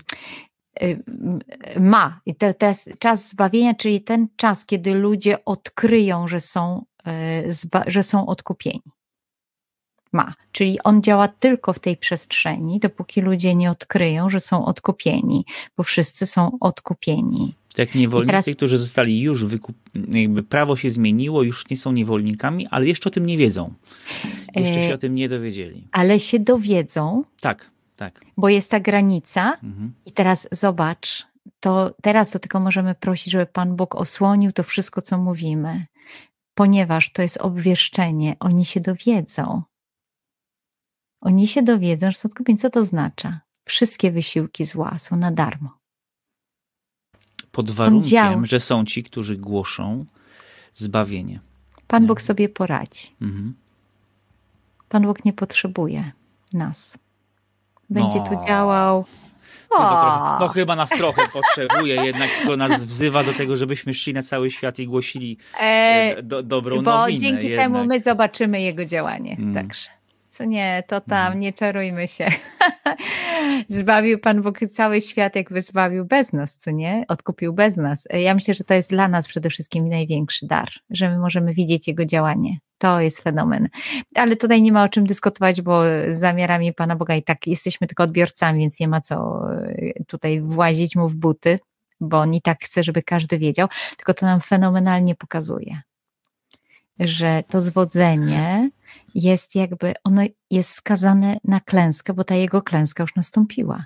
B: ma, i to, to jest czas zbawienia, czyli ten czas, kiedy ludzie odkryją, że są, że są odkupieni. Ma, czyli on działa tylko w tej przestrzeni, dopóki ludzie nie odkryją, że są odkupieni, bo wszyscy są odkupieni.
A: Tak niewolnicy, teraz... którzy zostali już wykupieni, jakby prawo się zmieniło, już nie są niewolnikami, ale jeszcze o tym nie wiedzą. Jeszcze się e... o tym nie dowiedzieli.
B: Ale się dowiedzą.
A: Tak. Tak.
B: Bo jest ta granica mhm. i teraz zobacz, to teraz to tylko możemy prosić, żeby Pan Bóg osłonił to wszystko, co mówimy, ponieważ to jest obwieszczenie, oni się dowiedzą. Oni się dowiedzą, że są odkupieni. Co to oznacza? Wszystkie wysiłki zła są na darmo.
A: Pod warunkiem, dział... że są ci, którzy głoszą zbawienie.
B: Pan
A: nie?
B: Bóg sobie poradzi. Mhm. Pan Bóg nie potrzebuje nas. Będzie no. tu działał.
A: Chyba trochę, no chyba nas trochę potrzebuje, jednak skoro nas wzywa do tego, żebyśmy szli na cały świat i głosili e, do, dobrą
B: bo
A: nowinę.
B: Bo dzięki
A: jednak.
B: temu my zobaczymy Jego działanie. Mm. Także, co nie, to tam, mm. nie czarujmy się. Zbawił Pan Bóg cały świat, jakby zbawił bez nas, co nie? Odkupił bez nas. Ja myślę, że to jest dla nas przede wszystkim największy dar, że my możemy widzieć Jego działanie. To jest fenomen. Ale tutaj nie ma o czym dyskutować, bo z zamiarami Pana Boga i tak jesteśmy tylko odbiorcami, więc nie ma co tutaj włazić mu w buty, bo on i tak chce, żeby każdy wiedział, tylko to nam fenomenalnie pokazuje, że to zwodzenie jest jakby, ono jest skazane na klęskę, bo ta jego klęska już nastąpiła.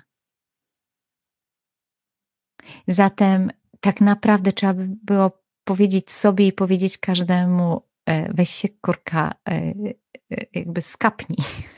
B: Zatem tak naprawdę trzeba by było powiedzieć sobie i powiedzieć każdemu, weź się kurka, jakby skapnij.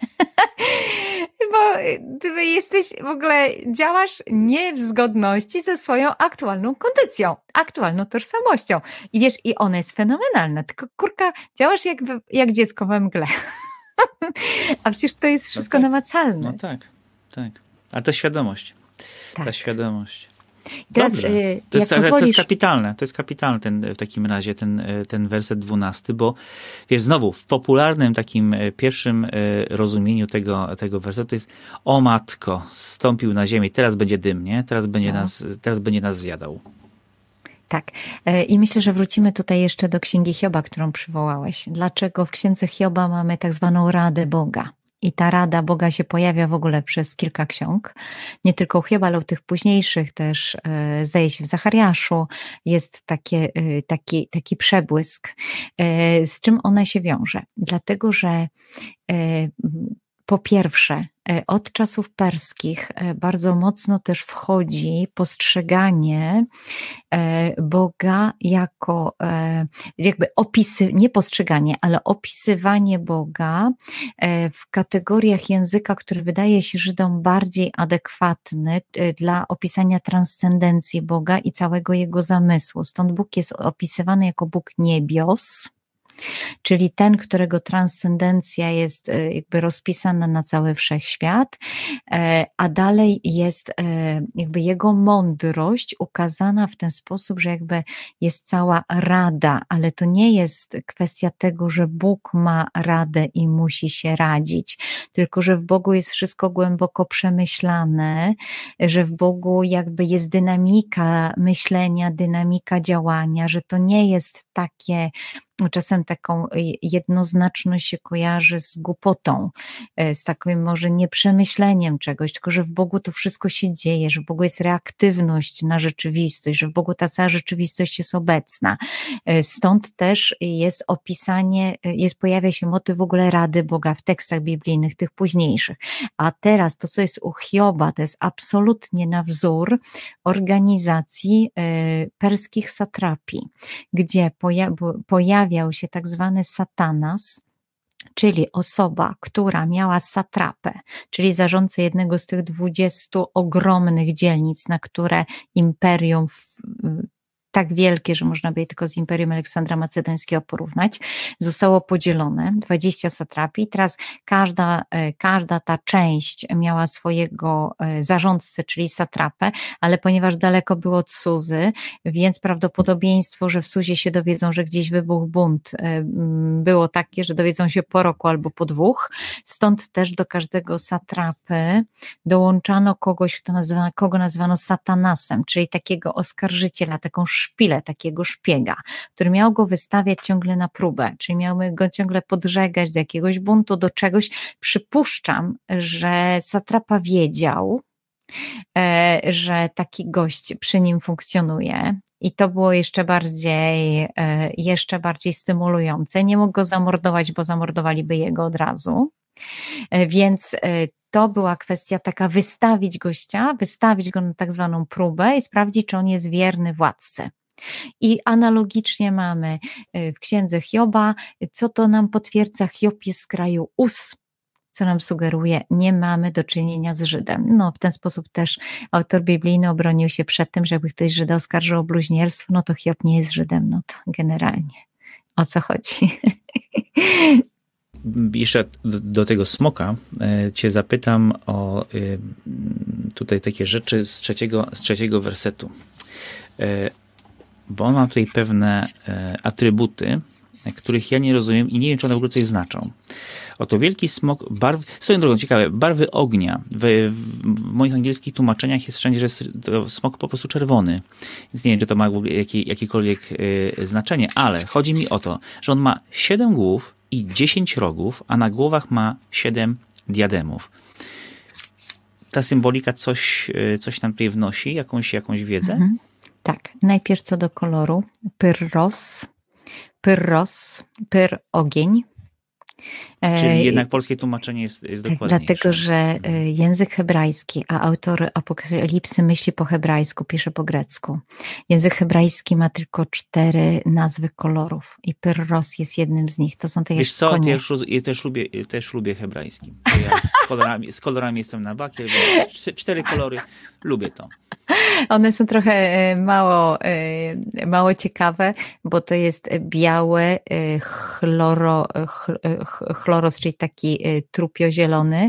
B: Bo ty jesteś w ogóle, działasz nie w zgodności ze swoją aktualną kondycją, aktualną tożsamością. I wiesz, i ona jest fenomenalna, tylko kurka, działasz jak, jak dziecko we mgle. A przecież to jest wszystko no tak, namacalne.
A: No tak, tak. Ale to świadomość. Tak. Ta świadomość.
B: Teraz,
A: Dobrze. To, jest,
B: pozwolisz...
A: to jest kapitalne, to jest kapitalne ten, w takim razie ten, ten werset dwunasty, bo wiesz, znowu w popularnym takim pierwszym rozumieniu tego, tego wersetu to jest o matko, zstąpił na ziemię, teraz będzie dym, nie? Teraz będzie, no. nas, teraz będzie nas zjadał.
B: Tak. I myślę, że wrócimy tutaj jeszcze do Księgi Hioba, którą przywołałeś. Dlaczego w Księdze Hioba mamy tak zwaną radę Boga? I ta rada Boga się pojawia w ogóle przez kilka ksiąg. Nie tylko u Hioba, ale u tych późniejszych też, zdaje się w Zachariaszu, jest takie, taki, taki przebłysk. Z czym ona się wiąże? Dlatego, że po pierwsze, od czasów perskich bardzo mocno też wchodzi postrzeganie Boga jako, jakby opisy, nie postrzeganie, ale opisywanie Boga w kategoriach języka, który wydaje się Żydom bardziej adekwatny dla opisania transcendencji Boga i całego Jego zamysłu. Stąd Bóg jest opisywany jako Bóg niebios, czyli ten, którego transcendencja jest jakby rozpisana na cały wszechświat, a dalej jest jakby jego mądrość ukazana w ten sposób, że jakby jest cała rada, ale to nie jest kwestia tego, że Bóg ma radę i musi się radzić, tylko że w Bogu jest wszystko głęboko przemyślane, że w Bogu jakby jest dynamika myślenia, dynamika działania, że to nie jest takie czasem taką jednoznaczność się kojarzy z głupotą, z takim może nieprzemyśleniem czegoś, tylko że w Bogu to wszystko się dzieje, że w Bogu jest reaktywność na rzeczywistość, że w Bogu ta cała rzeczywistość jest obecna. Stąd też jest opisanie, jest, pojawia się motyw w ogóle rady Boga w tekstach biblijnych, tych późniejszych. A teraz to, co jest u Hioba, to jest absolutnie na wzór organizacji perskich satrapii, gdzie pojawia pojawiał się tak zwany satanas, czyli osoba, która miała satrapę, czyli zarządcę jednego z tych dwudziestu ogromnych dzielnic, na które imperium w, tak wielkie, że można by je tylko z Imperium Aleksandra Macedońskiego porównać, zostało podzielone, dwadzieścia satrapii. Teraz każda, każda ta część miała swojego zarządcę, czyli satrapę, ale ponieważ daleko było od Suzy, więc prawdopodobieństwo, że w Suzie się dowiedzą, że gdzieś wybuchł bunt, było takie, że dowiedzą się po roku albo po dwóch. Stąd też do każdego satrapy dołączano kogoś, kto nazywa, kogo nazwano satanasem, czyli takiego oskarżyciela, taką szpilę, takiego szpiega, który miał go wystawiać ciągle na próbę, czyli miał go ciągle podżegać do jakiegoś buntu, do czegoś. Przypuszczam, że satrapa wiedział, że taki gość przy nim funkcjonuje i to było jeszcze bardziej, jeszcze bardziej stymulujące. Nie mógł go zamordować, bo zamordowaliby jego od razu, więc to była kwestia taka wystawić gościa, wystawić go na tak zwaną próbę i sprawdzić, czy on jest wierny władcy. I analogicznie mamy w księdze Hioba, co to nam potwierdza, Hiob jest z kraju Uz, co nam sugeruje, nie mamy do czynienia z Żydem. No w ten sposób też autor biblijny obronił się przed tym, że jakby ktoś Żyda oskarżył o bluźnierstwo, no to Hiob nie jest Żydem, no to generalnie o co chodzi?
A: Jeszcze do tego smoka cię zapytam o tutaj takie rzeczy z trzeciego, z trzeciego wersetu. Bo on ma tutaj pewne atrybuty, których ja nie rozumiem i nie wiem, czy one w ogóle coś znaczą. Oto wielki smok, barwy, swoją drogą ciekawe, barwy ognia. W, w moich angielskich tłumaczeniach jest wszędzie, że jest to smok po prostu czerwony. Więc nie wiem, czy to ma w ogóle jakie, jakiekolwiek y, znaczenie, ale chodzi mi o to, że on ma siedem głów i dziesięć rogów, a na głowach ma siedem diademów. Ta symbolika coś, y, coś nam tutaj wnosi, jakąś, jakąś wiedzę?
B: Mhm. Tak, najpierw co do koloru. Pyrros, pyrros, pyr ogień.
A: Czyli jednak polskie tłumaczenie jest, jest dokładniejsze.
B: Dlatego, że język hebrajski, a autor Apokalipsy myśli po hebrajsku, pisze po grecku. Język hebrajski ma tylko cztery nazwy kolorów i pyrros jest jednym z nich. To są te
A: Wiesz co,
B: konie.
A: ja, już, ja też, lubię, też lubię hebrajski. Ja z, kolorami, z kolorami jestem na bakier, cztery kolory, lubię to. One
B: są trochę mało, mało ciekawe, bo to jest białe, chloro, chloros, czyli taki trupio-zielony,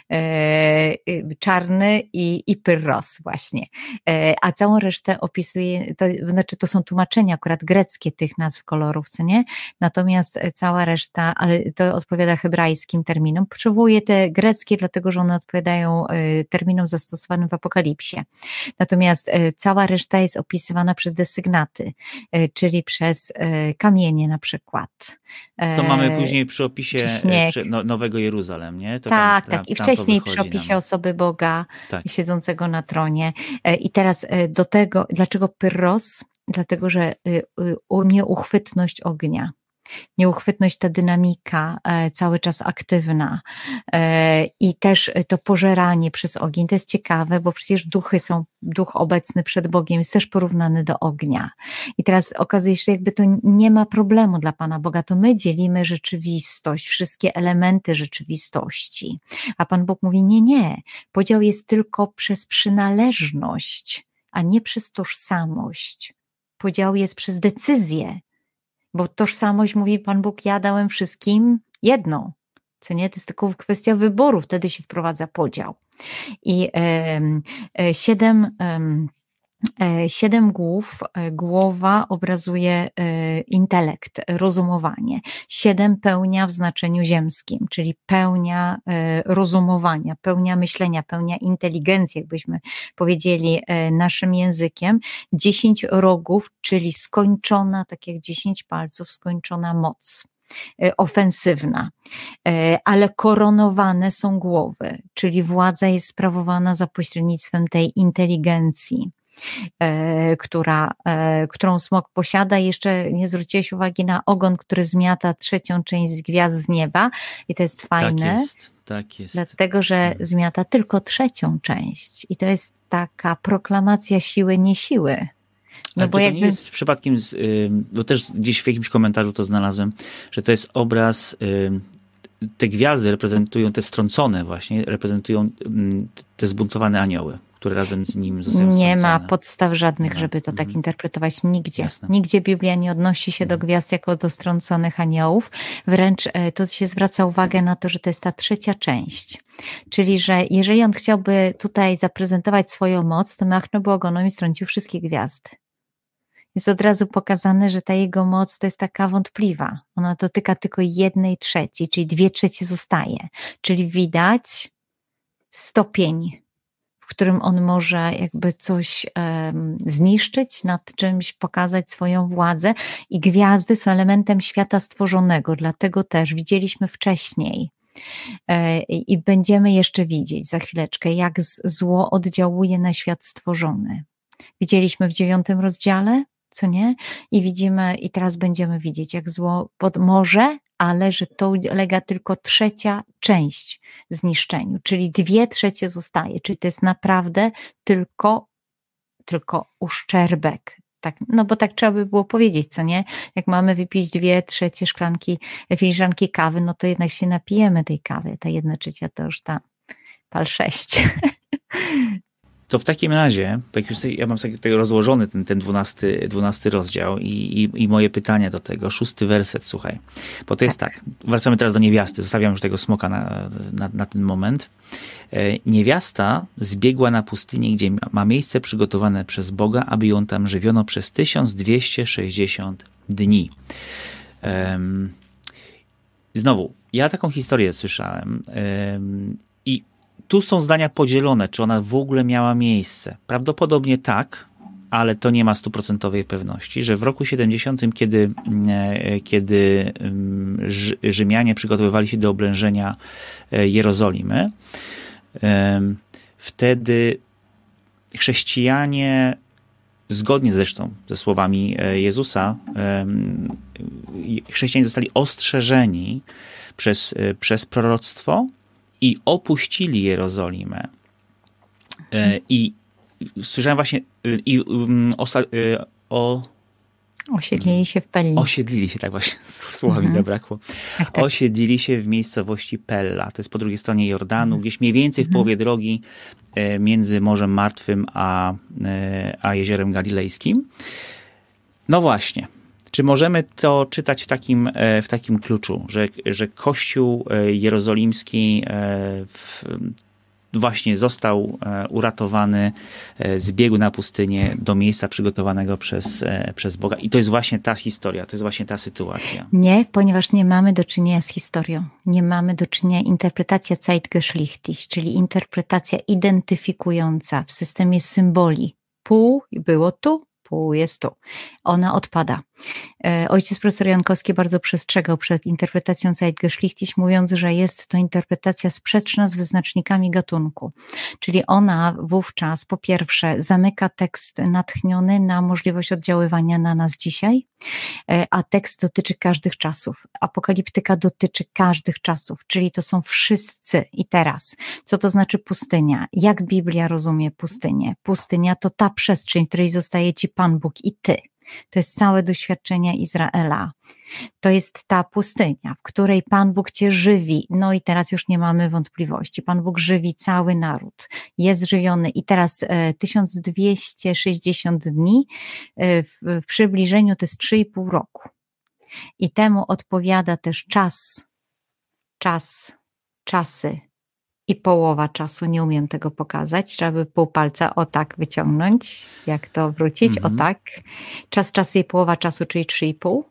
B: czarny i, i pyrros właśnie. A całą resztę opisuje, to znaczy to są tłumaczenia akurat greckie tych nazw kolorów, co nie? Natomiast cała reszta, ale to odpowiada hebrajskim terminom. Przywołuję te greckie, dlatego że one odpowiadają terminom zastosowanym w Apokalipsie. Natomiast cała reszta jest opisywana przez desygnaty, czyli przez kamienie na przykład.
A: To mamy później przy opisie przy Nowego Jeruzalem, nie? To
B: tak,
A: tam, tam,
B: tak. I
A: tam
B: wcześniej przy opisie nam. osoby Boga tak. siedzącego na tronie. I teraz do tego, dlaczego pyrros? Dlatego, że nieuchwytność ognia. Nieuchwytność, ta dynamika cały czas aktywna i też to pożeranie przez ogień, to jest ciekawe, bo przecież duchy są, duch obecny przed Bogiem jest też porównany do ognia i teraz okazuje się, że jakby to nie ma problemu dla Pana Boga, to my dzielimy rzeczywistość, wszystkie elementy rzeczywistości, a Pan Bóg mówi nie, nie, podział jest tylko przez przynależność, a nie przez tożsamość, podział jest przez decyzję. Bo tożsamość, mówi Pan Bóg, ja dałem wszystkim jedną, co nie? To jest tylko kwestia wyboru, wtedy się wprowadza podział. I e, e, siedem, e, Siedem głów, głowa obrazuje intelekt, rozumowanie. Siedem pełnia w znaczeniu ziemskim, czyli pełnia rozumowania, pełnia myślenia, pełnia inteligencji, jakbyśmy powiedzieli naszym językiem. Dziesięć rogów, czyli skończona, tak jak dziesięć palców, skończona moc. Ofensywna, ale koronowane są głowy, czyli władza jest sprawowana za pośrednictwem tej inteligencji, która, którą smok posiada. Jeszcze nie zwróciłeś uwagi na ogon, który zmiata trzecią część z gwiazd z nieba i to jest fajne.
A: Tak jest, tak jest.
B: Dlatego, że zmiata tylko trzecią część i to jest taka proklamacja siły, nie siły.
A: No ale bo to jakby... nie jest przypadkiem, z, bo też gdzieś w jakimś komentarzu to znalazłem, że to jest obraz, te gwiazdy reprezentują, te strącone właśnie, reprezentują te zbuntowane anioły, które razem z nim zostają
B: Nie
A: strącone.
B: ma podstaw żadnych, żeby to tak interpretować nigdzie. Jasne. Nigdzie Biblia nie odnosi się do gwiazd jako do strąconych aniołów. Wręcz to się zwraca uwagę na to, że to jest ta trzecia część. Czyli, że jeżeli on chciałby tutaj zaprezentować swoją moc, to machnąłby ogonem i strącił wszystkie gwiazdy. Jest od razu pokazane, że ta jego moc to jest taka wątpliwa. Ona dotyka tylko jednej trzeciej, czyli dwie trzecie zostaje. Czyli widać stopień, w którym on może jakby coś um, zniszczyć, nad czymś pokazać swoją władzę i gwiazdy są elementem świata stworzonego, dlatego też widzieliśmy wcześniej e, i będziemy jeszcze widzieć za chwileczkę, jak zło oddziałuje na świat stworzony. Widzieliśmy w dziewiątym rozdziale, co nie? I widzimy, i teraz będziemy widzieć, jak zło pod może, ale że to ulega tylko trzecia część zniszczeniu, czyli dwie trzecie zostaje, czyli to jest naprawdę tylko, tylko uszczerbek. Tak, no bo tak trzeba by było powiedzieć, co nie? Jak mamy wypić dwie trzecie szklanki, filiżanki kawy, no to jednak się napijemy tej kawy, ta jedna trzecia to już ta pal sześć.
A: To w takim razie, jak już ja mam sobie tutaj rozłożony ten, ten dwunasty, dwunasty rozdział i, i, i moje pytania do tego, szósty werset, słuchaj, bo to jest tak, wracamy teraz do niewiasty, zostawiam już tego smoka na, na, na ten moment. Niewiasta zbiegła na pustynię, gdzie ma miejsce przygotowane przez Boga, aby ją tam żywiono przez tysiąc dwieście sześćdziesiąt dni. Um, znowu, ja taką historię słyszałem um, i tu są zdania podzielone, czy ona w ogóle miała miejsce. Prawdopodobnie tak, ale to nie ma stuprocentowej pewności, że w roku siedemdziesiątym, kiedy, kiedy Rzymianie przygotowywali się do oblężenia Jerozolimy, wtedy chrześcijanie, zgodnie zresztą ze słowami Jezusa, chrześcijanie zostali ostrzeżeni przez, przez proroctwo, i opuścili Jerozolimę. I słyszałem właśnie i osa, o
B: osiedlili się w Pelli.
A: Osiedlili się, tak właśnie, słowa mi
B: mhm.
A: zabrakło.
B: Tak, tak.
A: Osiedlili się w miejscowości Pella. To jest po drugiej stronie Jordanu, gdzieś mniej więcej w
B: mhm.
A: połowie drogi między Morzem Martwym a, a Jeziorem Galilejskim. No właśnie. Czy możemy to czytać w takim, w takim kluczu, że, że Kościół jerozolimski w, właśnie został uratowany, zbiegł na pustynię do miejsca przygotowanego przez, przez Boga. I to jest właśnie ta historia, to jest właśnie ta sytuacja.
B: Nie, ponieważ nie mamy do czynienia z historią. Nie mamy do czynienia interpretacja Zeitgeschichtlich, czyli interpretacja identyfikująca w systemie symboli. Pół było tu, pół jest tu. Ona odpada. Ojciec profesor Jankowski bardzo przestrzegał przed interpretacją Zeitgeschichtlich, mówiąc, że jest to interpretacja sprzeczna z wyznacznikami gatunku. Czyli ona wówczas po pierwsze zamyka tekst natchniony na możliwość oddziaływania na nas dzisiaj, a tekst dotyczy każdych czasów. Apokaliptyka dotyczy każdych czasów, czyli to są wszyscy i teraz. Co to znaczy pustynia? Jak Biblia rozumie pustynię? Pustynia to ta przestrzeń, w której zostaje ci Pan Bóg i ty. To jest całe doświadczenie Izraela. To jest ta pustynia, w której Pan Bóg cię żywi. No i teraz już nie mamy wątpliwości. Pan Bóg żywi cały naród. Jest żywiony i teraz e, tysiąc dwieście sześćdziesiąt dni e, w, w przybliżeniu to jest trzy i pół roku. I temu odpowiada też czas, czas, czasy, i połowa czasu, nie umiem tego pokazać, trzeba by pół palca o tak wyciągnąć, jak to wrócić,
A: Mhm.
B: o tak. Czas, czas i połowa czasu, czyli trzy i pół.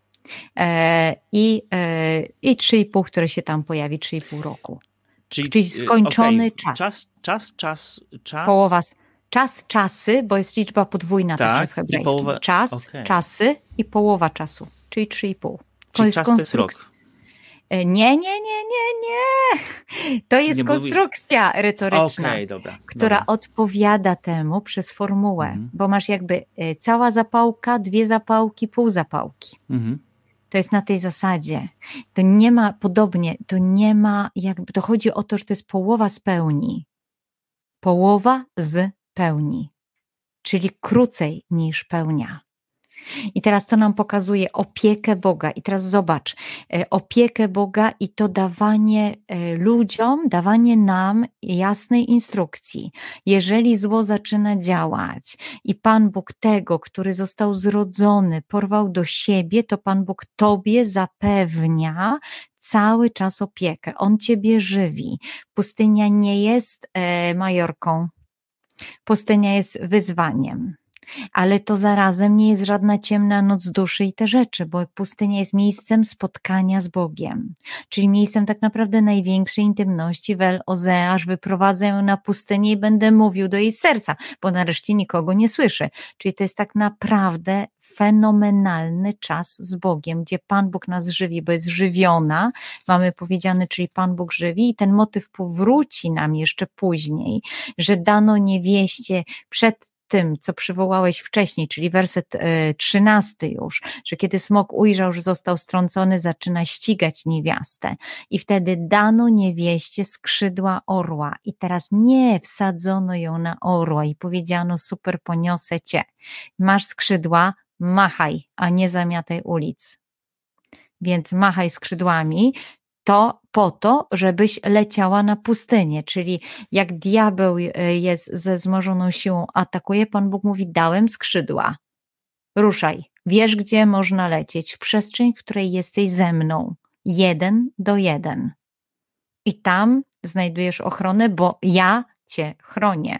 B: E, I, e, i trzy i pół, które się tam pojawi, trzy i pół roku.
A: Czyli,
B: Czyli skończony
A: okay.
B: czas.
A: Czas, czas, czas, czas.
B: Połowa, czas, czasy, bo jest liczba podwójna
A: tak,
B: także w hebrajskim.
A: Połowa,
B: czas,
A: okay.
B: czasy i połowa czasu, czyli trzy i pół.
A: Czyli jest czas to jest rok.
B: Nie, nie, nie, nie, nie. To jest nie konstrukcja mówi... retoryczna,
A: okay, dobra,
B: która
A: dobra.
B: odpowiada temu przez formułę, mhm. bo masz jakby cała zapałka, dwie zapałki, pół zapałki. Mhm. To jest na tej zasadzie. To nie ma, podobnie, to nie ma jakby, to chodzi o to, że to jest połowa z pełni. Połowa z pełni, czyli krócej niż pełnia. I teraz to nam pokazuje opiekę Boga. I teraz zobacz, opiekę Boga i to dawanie ludziom, dawanie nam jasnej instrukcji. Jeżeli zło zaczyna działać i Pan Bóg tego, który został zrodzony, porwał do siebie, to Pan Bóg tobie zapewnia cały czas opiekę. On ciebie żywi. Pustynia nie jest e, majorką. Pustynia jest wyzwaniem. Ale to zarazem nie jest żadna ciemna noc duszy i te rzeczy, bo pustynia jest miejscem spotkania z Bogiem, czyli miejscem tak naprawdę największej intymności. Wel Ozea, aż wyprowadzę ją na pustynię i będę mówił do jej serca, bo nareszcie nikogo nie słyszy. Czyli to jest tak naprawdę fenomenalny czas z Bogiem, gdzie Pan Bóg nas żywi, bo jest żywiona, mamy powiedziane, czyli Pan Bóg żywi i ten motyw powróci nam jeszcze później, że dano niewieście przed tym, co przywołałeś wcześniej, czyli werset trzynasty już, że kiedy smok ujrzał, że został strącony, zaczyna ścigać niewiastę i wtedy dano niewieście skrzydła orła i teraz nie wsadzono ją na orła i powiedziano super, poniosę cię, masz skrzydła, machaj, a nie zamiataj ulic, więc machaj skrzydłami, to po to, żebyś leciała na pustynię, czyli jak diabeł jest ze wzmożoną siłą, atakuje, Pan Bóg mówi, dałem skrzydła, ruszaj, wiesz gdzie można lecieć, w przestrzeń, w której jesteś ze mną, jeden do jeden i tam znajdujesz ochronę, bo ja cię chronię.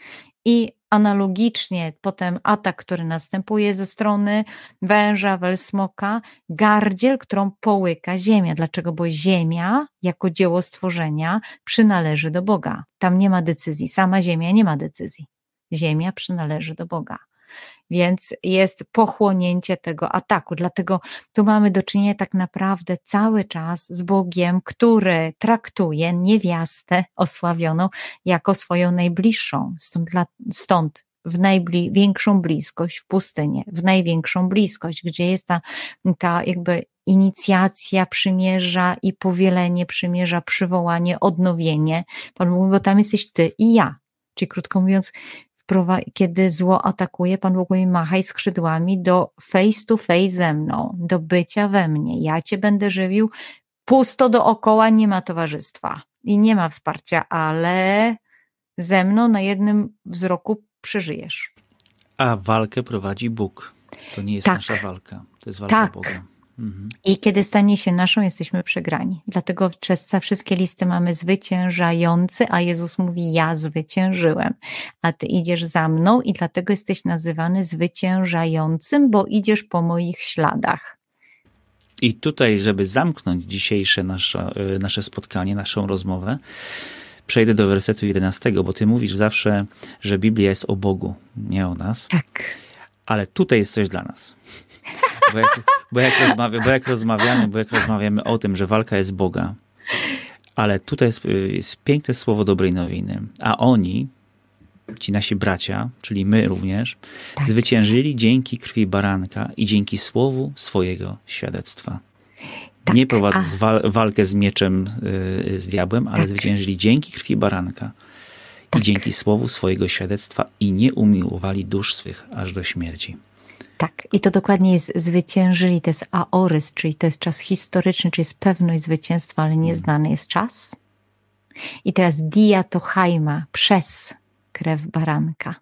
B: I analogicznie potem atak, który następuje ze strony węża, welsmoka, gardziel, którą połyka ziemia. Dlaczego? Bo ziemia jako dzieło stworzenia przynależy do Boga. Tam nie ma decyzji, sama ziemia nie ma decyzji. Ziemia przynależy do Boga. Więc jest pochłonięcie tego ataku. Dlatego tu mamy do czynienia tak naprawdę cały czas z Bogiem, który traktuje niewiastę osławioną jako swoją najbliższą. Stąd, dla, stąd w największą bliskość w pustynię, w największą bliskość, gdzie jest ta, ta jakby inicjacja przymierza i powielenie przymierza, przywołanie, odnowienie. Pan mówi, bo tam jesteś ty i ja. Czyli krótko mówiąc, kiedy zło atakuje, Pan Bóg mówi, machaj skrzydłami do face to face ze mną, do bycia we mnie. Ja cię będę żywił, pusto dookoła, nie ma towarzystwa i nie ma wsparcia, ale ze mną na jednym wzroku przeżyjesz.
A: A walkę prowadzi Bóg. To nie jest
B: tak.
A: nasza walka, to jest walka
B: tak.
A: Boga. Mhm.
B: I kiedy stanie się naszą, jesteśmy przegrani. Dlatego przez wszystkie listy mamy zwyciężający, a Jezus mówi, ja zwyciężyłem, a ty idziesz za mną i dlatego jesteś nazywany zwyciężającym, bo idziesz po moich śladach.
A: I tutaj, żeby zamknąć dzisiejsze nasze, nasze spotkanie, naszą rozmowę, przejdę do wersetu jedenastego, bo ty mówisz zawsze, że Biblia jest o Bogu, nie o nas.
B: Tak.
A: Ale tutaj jest coś dla nas. Bo jak, bo, jak rozmawia, bo jak rozmawiamy, bo jak rozmawiamy o tym, że walka jest Boga, ale tutaj jest, jest piękne słowo dobrej nowiny, a oni, ci nasi bracia, czyli my również, tak. zwyciężyli dzięki krwi baranka i dzięki słowu swojego świadectwa. Tak, nie prowadząc wal, walkę z mieczem, yy, z diabłem, ale tak. zwyciężyli dzięki krwi baranka tak. i dzięki słowu swojego świadectwa i nie umiłowali dusz swych aż do śmierci.
B: Tak, i to dokładnie jest zwyciężyli, to jest aorys, czyli to jest czas historyczny, czyli jest pewność zwycięstwa, ale nieznany jest czas. I teraz dia to haima, przez krew baranka.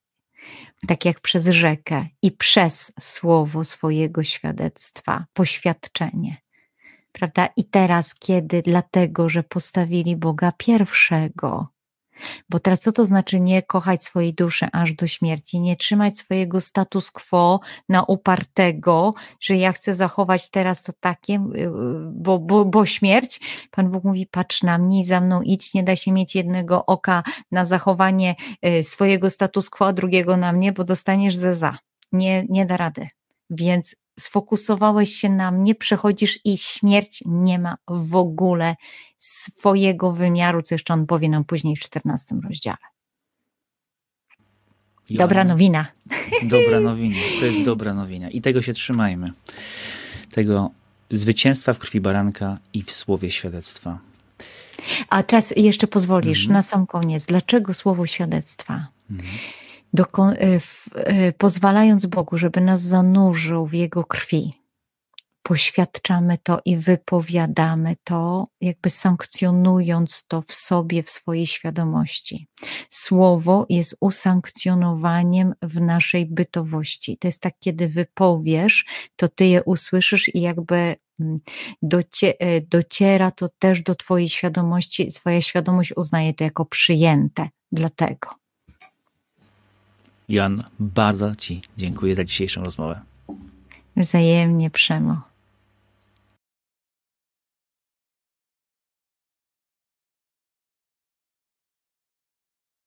B: Tak jak przez rzekę i przez słowo swojego świadectwa, poświadczenie. prawda? I teraz, kiedy dlatego, że postawili Boga pierwszego. Bo teraz co to znaczy nie kochać swojej duszy aż do śmierci, nie trzymać swojego status quo na upartego, że ja chcę zachować teraz to takie, bo, bo, bo śmierć. Pan Bóg mówi, patrz na mnie i za mną idź, nie da się mieć jednego oka na zachowanie swojego status quo, a drugiego na mnie, bo dostaniesz zeza. Nie, nie da rady. Więc sfokusowałeś się na mnie, przechodzisz i śmierć nie ma w ogóle swojego wymiaru, co jeszcze on powie nam później w czternastym rozdziale.
A: Joanna.
B: Dobra nowina.
A: Dobra nowina, to jest dobra nowina i tego się trzymajmy. Tego zwycięstwa w krwi baranka i w słowie świadectwa.
B: A teraz jeszcze pozwolisz,
A: Mhm.
B: na sam koniec, dlaczego słowo świadectwa?
A: Mhm.
B: Doko- w, pozwalając Bogu, żeby nas zanurzył w Jego krwi, poświadczamy to i wypowiadamy to, jakby sankcjonując to w sobie, w swojej świadomości. Słowo jest usankcjonowaniem w naszej bytowości. To jest tak, kiedy wypowiesz, to ty je usłyszysz i jakby docie, dociera to też do twojej świadomości, twoja świadomość uznaje to jako przyjęte. Dlatego.
A: Joanna, bardzo ci dziękuję za dzisiejszą rozmowę.
B: Wzajemnie, Przemo.